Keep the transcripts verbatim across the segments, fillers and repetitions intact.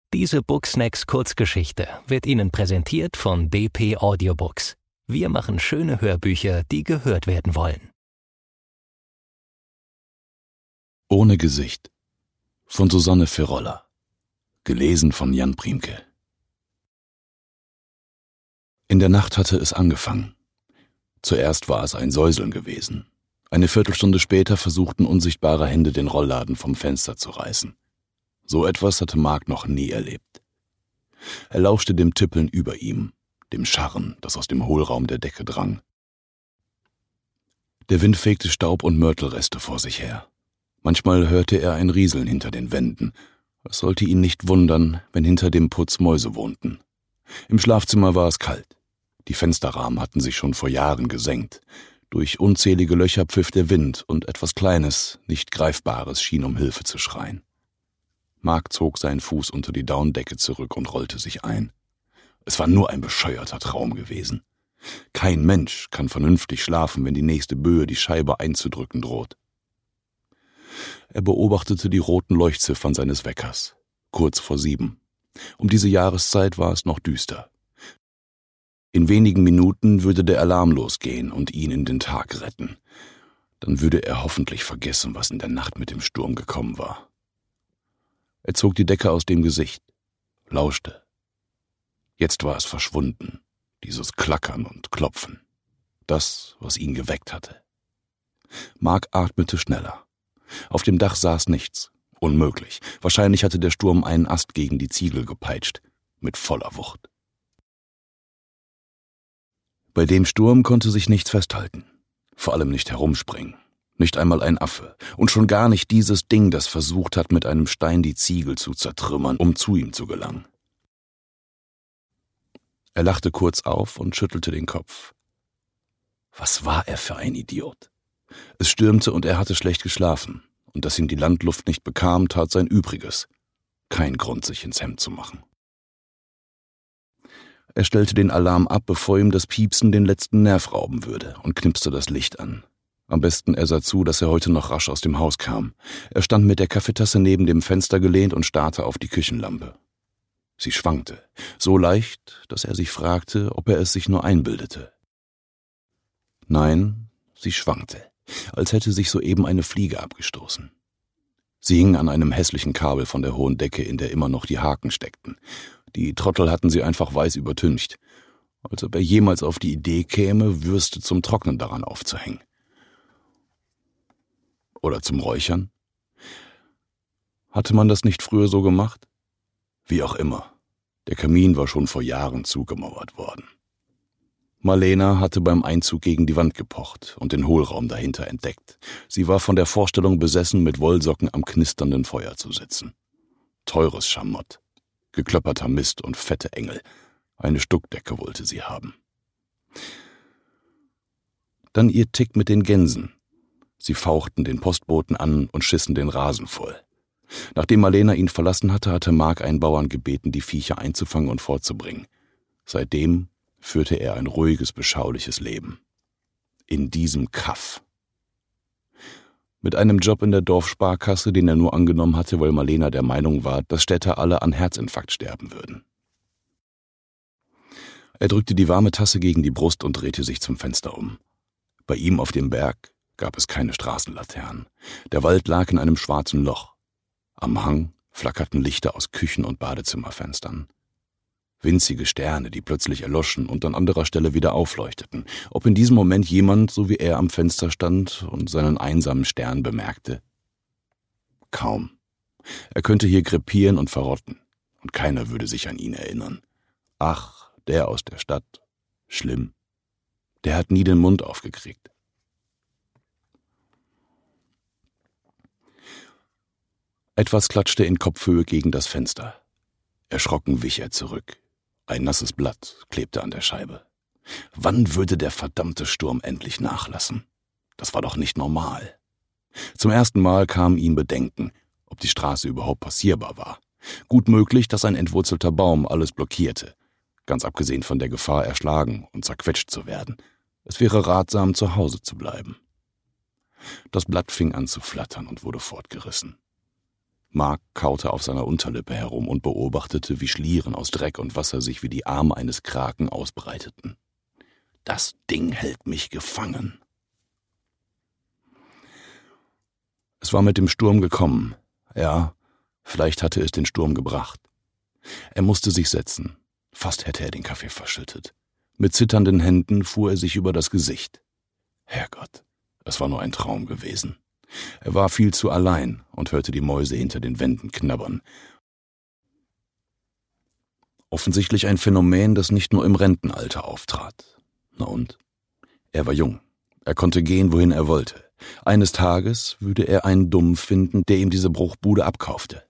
Diese Booksnacks Kurzgeschichte wird Ihnen präsentiert von D P Audiobooks. Wir machen schöne Hörbücher, die gehört werden wollen. Ohne Gesicht von Susanne Firolla. Gelesen von Jan Priemke. In der Nacht hatte es angefangen. Zuerst war es ein Säuseln gewesen. Eine Viertelstunde später versuchten unsichtbare Hände den Rollladen vom Fenster zu reißen. So etwas hatte Mark noch nie erlebt. Er lauschte dem Tippeln über ihm, dem Scharren, das aus dem Hohlraum der Decke drang. Der Wind fegte Staub und Mörtelreste vor sich her. Manchmal hörte er ein Rieseln hinter den Wänden. Es sollte ihn nicht wundern, wenn hinter dem Putz Mäuse wohnten. Im Schlafzimmer war es kalt. Die Fensterrahmen hatten sich schon vor Jahren gesenkt. Durch unzählige Löcher pfiff der Wind und etwas Kleines, nicht Greifbares schien um Hilfe zu schreien. Mark zog seinen Fuß unter die Daunendecke zurück und rollte sich ein. Es war nur ein bescheuerter Traum gewesen. Kein Mensch kann vernünftig schlafen, wenn die nächste Böe die Scheibe einzudrücken droht. Er beobachtete die roten Leuchtziffern seines Weckers. Kurz vor sieben. Um diese Jahreszeit war es noch düster. In wenigen Minuten würde der Alarm losgehen und ihn in den Tag retten. Dann würde er hoffentlich vergessen, was in der Nacht mit dem Sturm gekommen war. Er zog die Decke aus dem Gesicht, lauschte. Jetzt war es verschwunden, dieses Klackern und Klopfen, das, was ihn geweckt hatte. Mark atmete schneller. Auf dem Dach saß nichts, unmöglich. Wahrscheinlich hatte der Sturm einen Ast gegen die Ziegel gepeitscht, mit voller Wucht. Bei dem Sturm konnte sich nichts festhalten, vor allem nicht herumspringen. Nicht einmal ein Affe und schon gar nicht dieses Ding, das versucht hat, mit einem Stein die Ziegel zu zertrümmern, um zu ihm zu gelangen. Er lachte kurz auf und schüttelte den Kopf. Was war er für ein Idiot? Es stürmte und er hatte schlecht geschlafen, und dass ihm die Landluft nicht bekam, tat sein Übriges. Kein Grund, sich ins Hemd zu machen. Er stellte den Alarm ab, bevor ihm das Piepsen den letzten Nerv rauben würde, und knipste das Licht an. Am besten er sah zu, dass er heute noch rasch aus dem Haus kam. Er stand mit der Kaffeetasse neben dem Fenster gelehnt und starrte auf die Küchenlampe. Sie schwankte, so leicht, dass er sich fragte, ob er es sich nur einbildete. Nein, sie schwankte, als hätte sich soeben eine Fliege abgestoßen. Sie hing an einem hässlichen Kabel von der hohen Decke, in der immer noch die Haken steckten. Die Trottel hatten sie einfach weiß übertüncht, als ob er jemals auf die Idee käme, Würste zum Trocknen daran aufzuhängen. Oder zum Räuchern? Hatte man das nicht früher so gemacht? Wie auch immer, der Kamin war schon vor Jahren zugemauert worden. Marlena hatte beim Einzug gegen die Wand gepocht und den Hohlraum dahinter entdeckt. Sie war von der Vorstellung besessen, mit Wollsocken am knisternden Feuer zu sitzen. Teures Schamott, geklöpperter Mist und fette Engel. Eine Stuckdecke wollte sie haben. Dann ihr Tick mit den Gänsen. Sie fauchten den Postboten an und schissen den Rasen voll. Nachdem Marlena ihn verlassen hatte, hatte Mark einen Bauern gebeten, die Viecher einzufangen und fortzubringen. Seitdem führte er ein ruhiges, beschauliches Leben. In diesem Kaff. Mit einem Job in der Dorfsparkasse, den er nur angenommen hatte, weil Marlena der Meinung war, dass Städter alle an Herzinfarkt sterben würden. Er drückte die warme Tasse gegen die Brust und drehte sich zum Fenster um. Bei ihm auf dem Berg gab es keine Straßenlaternen. Der Wald lag in einem schwarzen Loch. Am Hang flackerten Lichter aus Küchen- und Badezimmerfenstern. Winzige Sterne, die plötzlich erloschen und an anderer Stelle wieder aufleuchteten. Ob in diesem Moment jemand, so wie er, am Fenster stand und seinen einsamen Stern bemerkte? Kaum. Er könnte hier krepieren und verrotten, und keiner würde sich an ihn erinnern. Ach, der aus der Stadt. Schlimm. Der hat nie den Mund aufgekriegt. Etwas klatschte in Kopfhöhe gegen das Fenster. Erschrocken wich er zurück. Ein nasses Blatt klebte an der Scheibe. Wann würde der verdammte Sturm endlich nachlassen? Das war doch nicht normal. Zum ersten Mal kamen ihm Bedenken, ob die Straße überhaupt passierbar war. Gut möglich, dass ein entwurzelter Baum alles blockierte. Ganz abgesehen von der Gefahr, erschlagen und zerquetscht zu werden. Es wäre ratsam, zu Hause zu bleiben. Das Blatt fing an zu flattern und wurde fortgerissen. Mark kaute auf seiner Unterlippe herum und beobachtete, wie Schlieren aus Dreck und Wasser sich wie die Arme eines Kraken ausbreiteten. »Das Ding hält mich gefangen.« Es war mit dem Sturm gekommen. Ja, vielleicht hatte es den Sturm gebracht. Er musste sich setzen. Fast hätte er den Kaffee verschüttet. Mit zitternden Händen fuhr er sich über das Gesicht. Herrgott, es war nur ein Traum gewesen. Er war viel zu allein und hörte die Mäuse hinter den Wänden knabbern. Offensichtlich ein Phänomen, das nicht nur im Rentenalter auftrat. Na und? Er war jung. Er konnte gehen, wohin er wollte. Eines Tages würde er einen Dummen finden, der ihm diese Bruchbude abkaufte.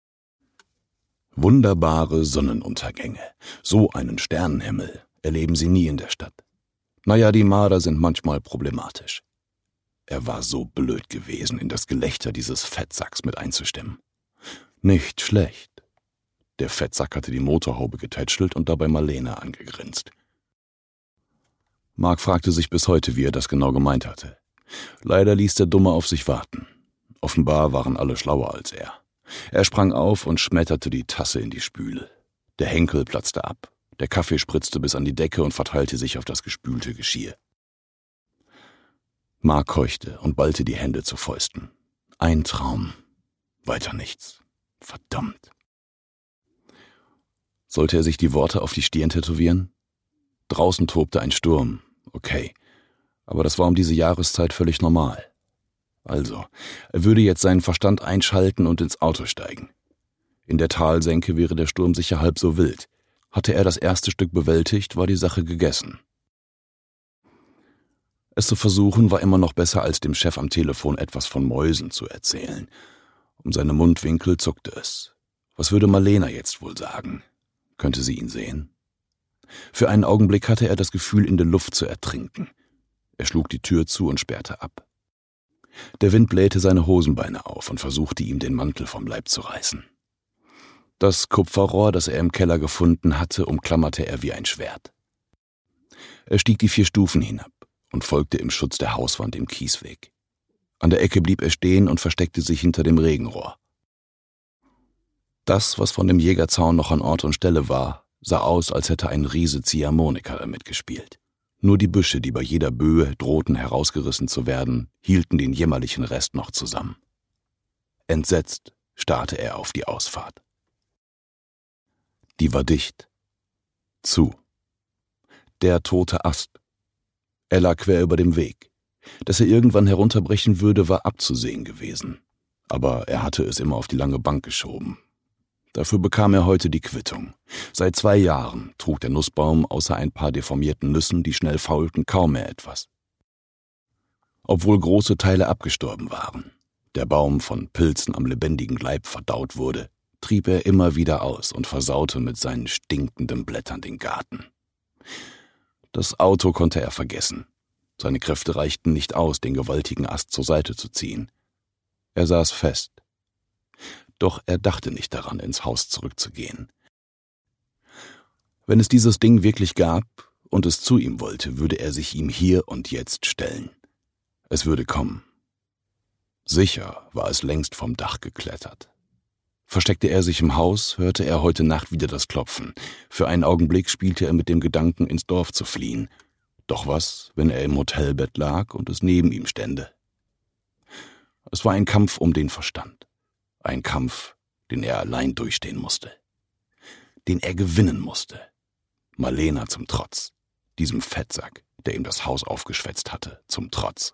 Wunderbare Sonnenuntergänge. So einen Sternenhimmel erleben sie nie in der Stadt. Naja, die Marder sind manchmal problematisch. Er war so blöd gewesen, in das Gelächter dieses Fettsacks mit einzustimmen. Nicht schlecht. Der Fettsack hatte die Motorhaube getätschelt und dabei Marlene angegrinst. Mark fragte sich bis heute, wie er das genau gemeint hatte. Leider ließ der Dumme auf sich warten. Offenbar waren alle schlauer als er. Er sprang auf und schmetterte die Tasse in die Spüle. Der Henkel platzte ab. Der Kaffee spritzte bis an die Decke und verteilte sich auf das gespülte Geschirr. Mark keuchte und ballte die Hände zu Fäusten. Ein Traum. Weiter nichts. Verdammt. Sollte er sich die Worte auf die Stirn tätowieren? Draußen tobte ein Sturm. Okay. Aber das war um diese Jahreszeit völlig normal. Also, er würde jetzt seinen Verstand einschalten und ins Auto steigen. In der Talsenke wäre der Sturm sicher halb so wild. Hatte er das erste Stück bewältigt, war die Sache gegessen. Es zu versuchen war immer noch besser, als dem Chef am Telefon etwas von Mäusen zu erzählen. Um seine Mundwinkel zuckte es. Was würde Marlene jetzt wohl sagen? Könnte sie ihn sehen? Für einen Augenblick hatte er das Gefühl, in der Luft zu ertrinken. Er schlug die Tür zu und sperrte ab. Der Wind blähte seine Hosenbeine auf und versuchte, ihm den Mantel vom Leib zu reißen. Das Kupferrohr, das er im Keller gefunden hatte, umklammerte er wie ein Schwert. Er stieg die vier Stufen hinab und folgte im Schutz der Hauswand dem Kiesweg. An der Ecke blieb er stehen und versteckte sich hinter dem Regenrohr. Das, was von dem Jägerzaun noch an Ort und Stelle war, sah aus, als hätte ein Riese Ziehharmonika damit gespielt. Nur die Büsche, die bei jeder Böe drohten herausgerissen zu werden, hielten den jämmerlichen Rest noch zusammen. Entsetzt starrte er auf die Ausfahrt. Die war dicht. Zu. Der tote Ast. Er lag quer über dem Weg. Dass er irgendwann herunterbrechen würde, war abzusehen gewesen. Aber er hatte es immer auf die lange Bank geschoben. Dafür bekam er heute die Quittung. Seit zwei Jahren trug der Nussbaum außer ein paar deformierten Nüssen, die schnell faulten, kaum mehr etwas. Obwohl große Teile abgestorben waren, der Baum von Pilzen am lebendigen Leib verdaut wurde, trieb er immer wieder aus und versaute mit seinen stinkenden Blättern den Garten. Das Auto konnte er vergessen. Seine Kräfte reichten nicht aus, den gewaltigen Ast zur Seite zu ziehen. Er saß fest. Doch er dachte nicht daran, ins Haus zurückzugehen. Wenn es dieses Ding wirklich gab und es zu ihm wollte, würde er sich ihm hier und jetzt stellen. Es würde kommen. Sicher war es längst vom Dach geklettert. Versteckte er sich im Haus, hörte er heute Nacht wieder das Klopfen. Für einen Augenblick spielte er mit dem Gedanken, ins Dorf zu fliehen. Doch was, wenn er im Hotelbett lag und es neben ihm stände? Es war ein Kampf um den Verstand. Ein Kampf, den er allein durchstehen musste. Den er gewinnen musste. Marlene zum Trotz. Diesem Fettsack, der ihm das Haus aufgeschwätzt hatte, zum Trotz.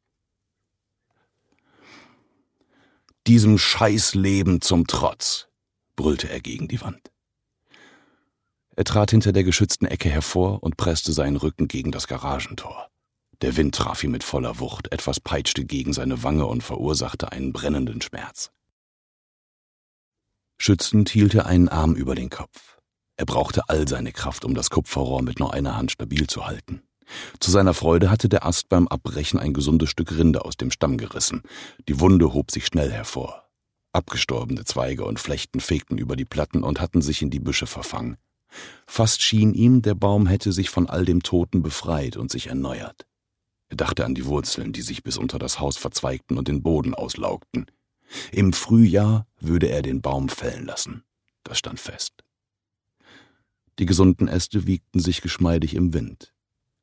Diesem Scheißleben zum Trotz, brüllte er gegen die Wand. Er trat hinter der geschützten Ecke hervor und presste seinen Rücken gegen das Garagentor. Der Wind traf ihn mit voller Wucht, etwas peitschte gegen seine Wange und verursachte einen brennenden Schmerz. Schützend hielt er einen Arm über den Kopf. Er brauchte all seine Kraft, um das Kupferrohr mit nur einer Hand stabil zu halten. Zu seiner Freude hatte der Ast beim Abbrechen ein gesundes Stück Rinde aus dem Stamm gerissen. Die Wunde hob sich schnell hervor. Abgestorbene Zweige und Flechten fegten über die Platten und hatten sich in die Büsche verfangen. Fast schien ihm, der Baum hätte sich von all dem Toten befreit und sich erneuert. Er dachte an die Wurzeln, die sich bis unter das Haus verzweigten und den Boden auslaugten. Im Frühjahr würde er den Baum fällen lassen. Das stand fest. Die gesunden Äste wiegten sich geschmeidig im Wind.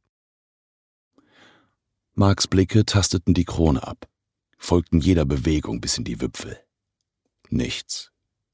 Marks Blicke tasteten die Krone ab, folgten jeder Bewegung bis in die Wipfel. Nichts.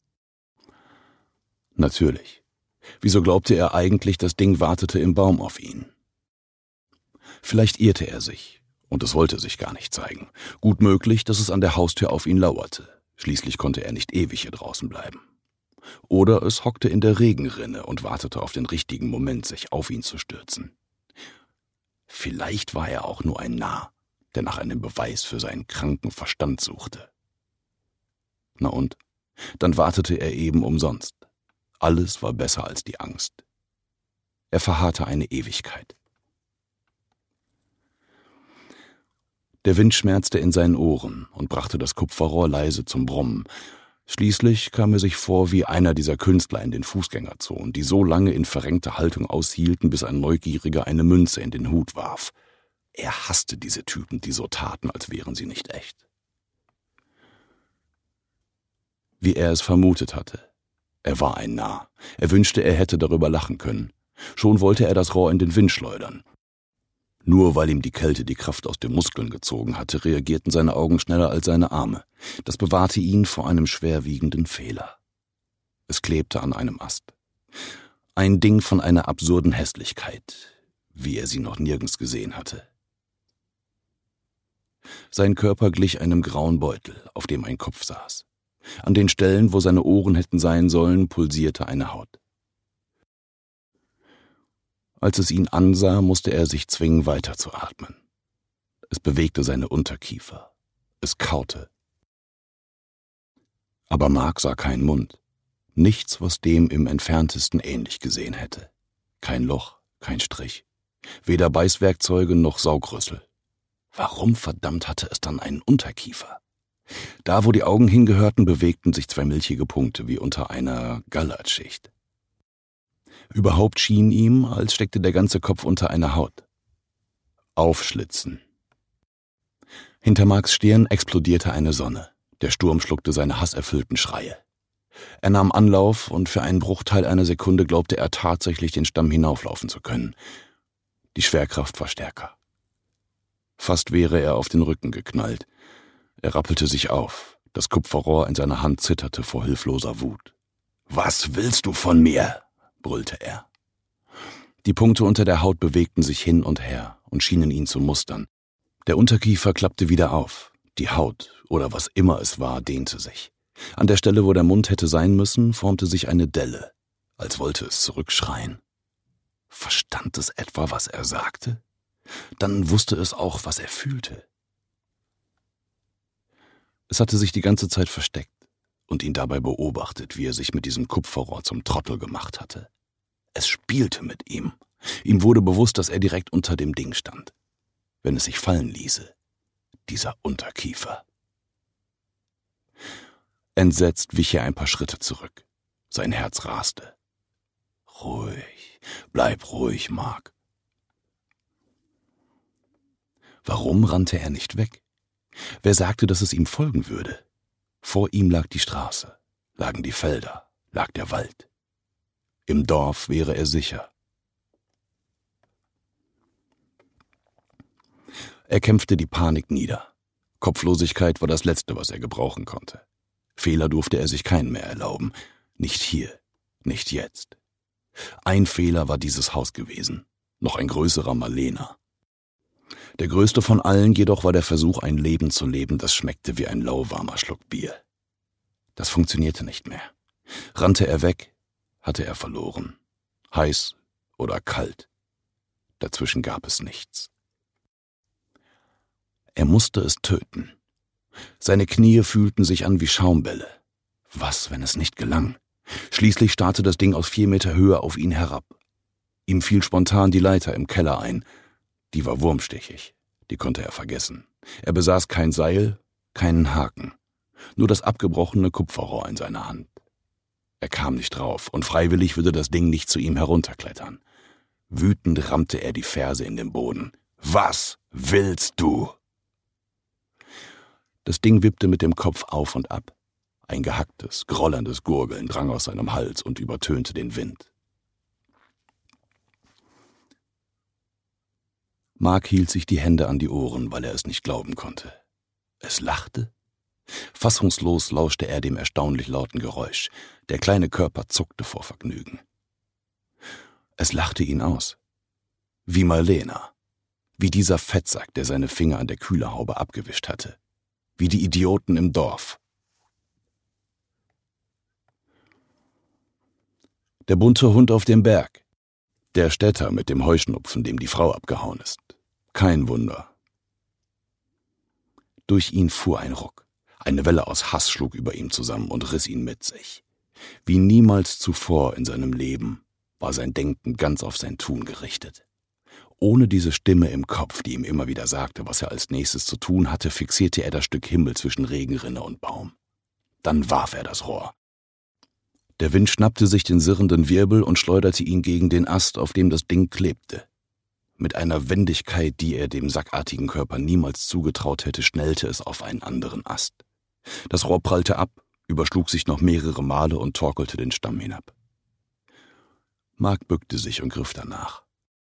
Natürlich. Wieso glaubte er eigentlich, das Ding wartete im Baum auf ihn? Vielleicht irrte er sich, und es wollte sich gar nicht zeigen. Gut möglich, dass es an der Haustür auf ihn lauerte. Schließlich konnte er nicht ewig hier draußen bleiben. Oder es hockte in der Regenrinne und wartete auf den richtigen Moment, sich auf ihn zu stürzen. Vielleicht war er auch nur ein Narr, der nach einem Beweis für seinen kranken Verstand suchte. Na und? Dann wartete er eben umsonst. Alles war besser als die Angst. Er verharrte eine Ewigkeit. Der Wind schmerzte in seinen Ohren und brachte das Kupferrohr leise zum Brummen. Schließlich kam er sich vor wie einer dieser Künstler in den Fußgängerzonen, die so lange in verrenkter Haltung aushielten, bis ein Neugieriger eine Münze in den Hut warf. Er hasste diese Typen, die so taten, als wären sie nicht echt. Wie er es vermutet hatte. Er war ein Narr. Er wünschte, er hätte darüber lachen können. Schon wollte er das Rohr in den Wind schleudern. Nur weil ihm die Kälte die Kraft aus den Muskeln gezogen hatte, reagierten seine Augen schneller als seine Arme. Das bewahrte ihn vor einem schwerwiegenden Fehler. Es klebte an einem Ast. Ein Ding von einer absurden Hässlichkeit, wie er sie noch nirgends gesehen hatte. Sein Körper glich einem grauen Beutel, auf dem ein Kopf saß. An den Stellen, wo seine Ohren hätten sein sollen, pulsierte eine Haut. Als es ihn ansah, musste er sich zwingen, weiterzuatmen. Es bewegte seine Unterkiefer. Es kaute. Aber Mark sah keinen Mund. Nichts, was dem im Entferntesten ähnlich gesehen hätte. Kein Loch, kein Strich. Weder Beißwerkzeuge noch Saugrüssel. Warum verdammt hatte es dann einen Unterkiefer? Da, wo die Augen hingehörten, bewegten sich zwei milchige Punkte wie unter einer Gallertschicht. Überhaupt schien ihm, als steckte der ganze Kopf unter einer Haut. Aufschlitzen. Hinter Marks Stirn explodierte eine Sonne. Der Sturm schluckte seine hasserfüllten Schreie. Er nahm Anlauf und für einen Bruchteil einer Sekunde glaubte er tatsächlich, den Stamm hinauflaufen zu können. Die Schwerkraft war stärker. Fast wäre er auf den Rücken geknallt. Er rappelte sich auf. Das Kupferrohr in seiner Hand zitterte vor hilfloser Wut. »Was willst du von mir?« brüllte er. Die Punkte unter der Haut bewegten sich hin und her und schienen ihn zu mustern. Der Unterkiefer klappte wieder auf. Die Haut, oder was immer es war, dehnte sich. An der Stelle, wo der Mund hätte sein müssen, formte sich eine Delle, als wollte es zurückschreien. Verstand es etwa, was er sagte? Dann wusste es auch, was er fühlte. Es hatte sich die ganze Zeit versteckt und ihn dabei beobachtet, wie er sich mit diesem Kupferrohr zum Trottel gemacht hatte. Es spielte mit ihm. Ihm wurde bewusst, dass er direkt unter dem Ding stand. Wenn es sich fallen ließe. Dieser Unterkiefer. Entsetzt wich er ein paar Schritte zurück. Sein Herz raste. Ruhig, bleib ruhig, Mark. Warum rannte er nicht weg? Wer sagte, dass es ihm folgen würde? Vor ihm lag die Straße, lagen die Felder, lag der Wald. Im Dorf wäre er sicher. Er kämpfte die Panik nieder. Kopflosigkeit war das Letzte, was er gebrauchen konnte. Fehler durfte er sich keinen mehr erlauben. Nicht hier, nicht jetzt. Ein Fehler war dieses Haus gewesen, noch ein größerer Malena. Der größte von allen jedoch war der Versuch, ein Leben zu leben, das schmeckte wie ein lauwarmer Schluck Bier. Das funktionierte nicht mehr. Rannte er weg, hatte er verloren. Heiß oder kalt. Dazwischen gab es nichts. Er musste es töten. Seine Knie fühlten sich an wie Schaumbälle. Was, wenn es nicht gelang? Schließlich starrte das Ding aus vier Meter Höhe auf ihn herab. Ihm fiel spontan die Leiter im Keller ein. Die war wurmstichig. Die konnte er vergessen. Er besaß kein Seil, keinen Haken. Nur das abgebrochene Kupferrohr in seiner Hand. Er kam nicht drauf, und freiwillig würde das Ding nicht zu ihm herunterklettern. Wütend rammte er die Ferse in den Boden. »Was willst du?« Das Ding wippte mit dem Kopf auf und ab. Ein gehacktes, grollerndes Gurgeln drang aus seinem Hals und übertönte den Wind. Mark hielt sich die Hände an die Ohren, weil er es nicht glauben konnte. Es lachte? Fassungslos lauschte er dem erstaunlich lauten Geräusch. Der kleine Körper zuckte vor Vergnügen. Es lachte ihn aus. Wie Marlena. Wie dieser Fettsack, der seine Finger an der Kühlerhaube abgewischt hatte. Wie die Idioten im Dorf. Der bunte Hund auf dem Berg. Der Städter mit dem Heuschnupfen, dem die Frau abgehauen ist. Kein Wunder. Durch ihn fuhr ein Ruck. Eine Welle aus Hass schlug über ihm zusammen und riss ihn mit sich. Wie niemals zuvor in seinem Leben war sein Denken ganz auf sein Tun gerichtet. Ohne diese Stimme im Kopf, die ihm immer wieder sagte, was er als nächstes zu tun hatte, fixierte er das Stück Himmel zwischen Regenrinne und Baum. Dann warf er das Rohr. Der Wind schnappte sich den sirrenden Wirbel und schleuderte ihn gegen den Ast, auf dem das Ding klebte. Mit einer Wendigkeit, die er dem sackartigen Körper niemals zugetraut hätte, schnellte es auf einen anderen Ast. Das Rohr prallte ab, überschlug sich noch mehrere Male und torkelte den Stamm hinab. Mark bückte sich und griff danach.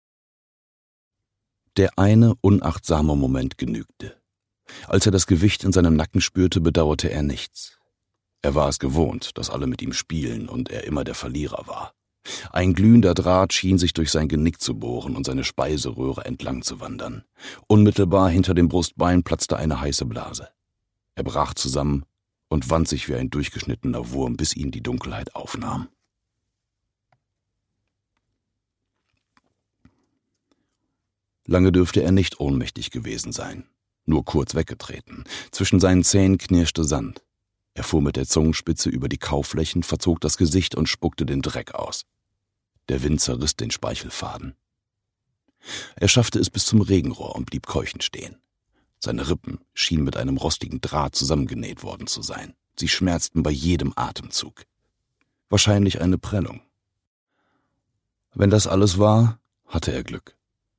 Der eine unachtsame Moment genügte. Als er das Gewicht in seinem Nacken spürte, bedauerte er nichts. Er war es gewohnt, dass alle mit ihm spielen und er immer der Verlierer war. Ein glühender Draht schien sich durch sein Genick zu bohren und seine Speiseröhre entlang zu wandern. Unmittelbar hinter dem Brustbein platzte eine heiße Blase. Er brach zusammen und wand sich wie ein durchgeschnittener Wurm, bis ihn die Dunkelheit aufnahm. Lange dürfte er nicht ohnmächtig gewesen sein, nur kurz weggetreten. Zwischen seinen Zähnen knirschte Sand. Er fuhr mit der Zungenspitze über die Kauflächen, verzog das Gesicht und spuckte den Dreck aus. Der Wind zerriss den Speichelfaden. Er schaffte es bis zum Regenrohr und blieb keuchend stehen. Seine Rippen schienen mit einem rostigen Draht zusammengenäht worden zu sein. Sie schmerzten bei jedem Atemzug. Wahrscheinlich eine Prellung. Wenn das alles war, hatte er Glück.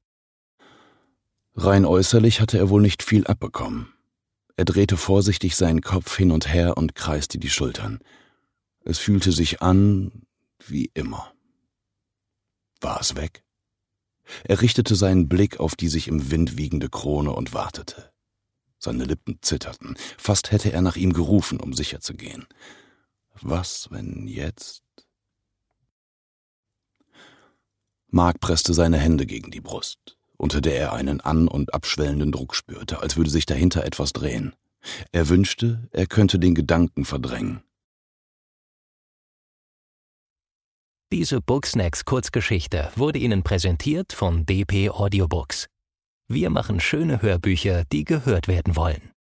Rein äußerlich hatte er wohl nicht viel abbekommen. Er drehte vorsichtig seinen Kopf hin und her und kreiste die Schultern. Es fühlte sich an wie immer. War es weg? Er richtete seinen Blick auf die sich im Wind wiegende Krone und wartete. Seine Lippen zitterten. Fast hätte er nach ihm gerufen, um sicher zu gehen. Was, wenn jetzt? Mark presste seine Hände gegen die Brust, unter der er einen an- und abschwellenden Druck spürte, als würde sich dahinter etwas drehen. Er wünschte, er könnte den Gedanken verdrängen. Diese Booksnacks-Kurzgeschichte wurde Ihnen präsentiert von D P Audiobooks. Wir machen schöne Hörbücher, die gehört werden wollen.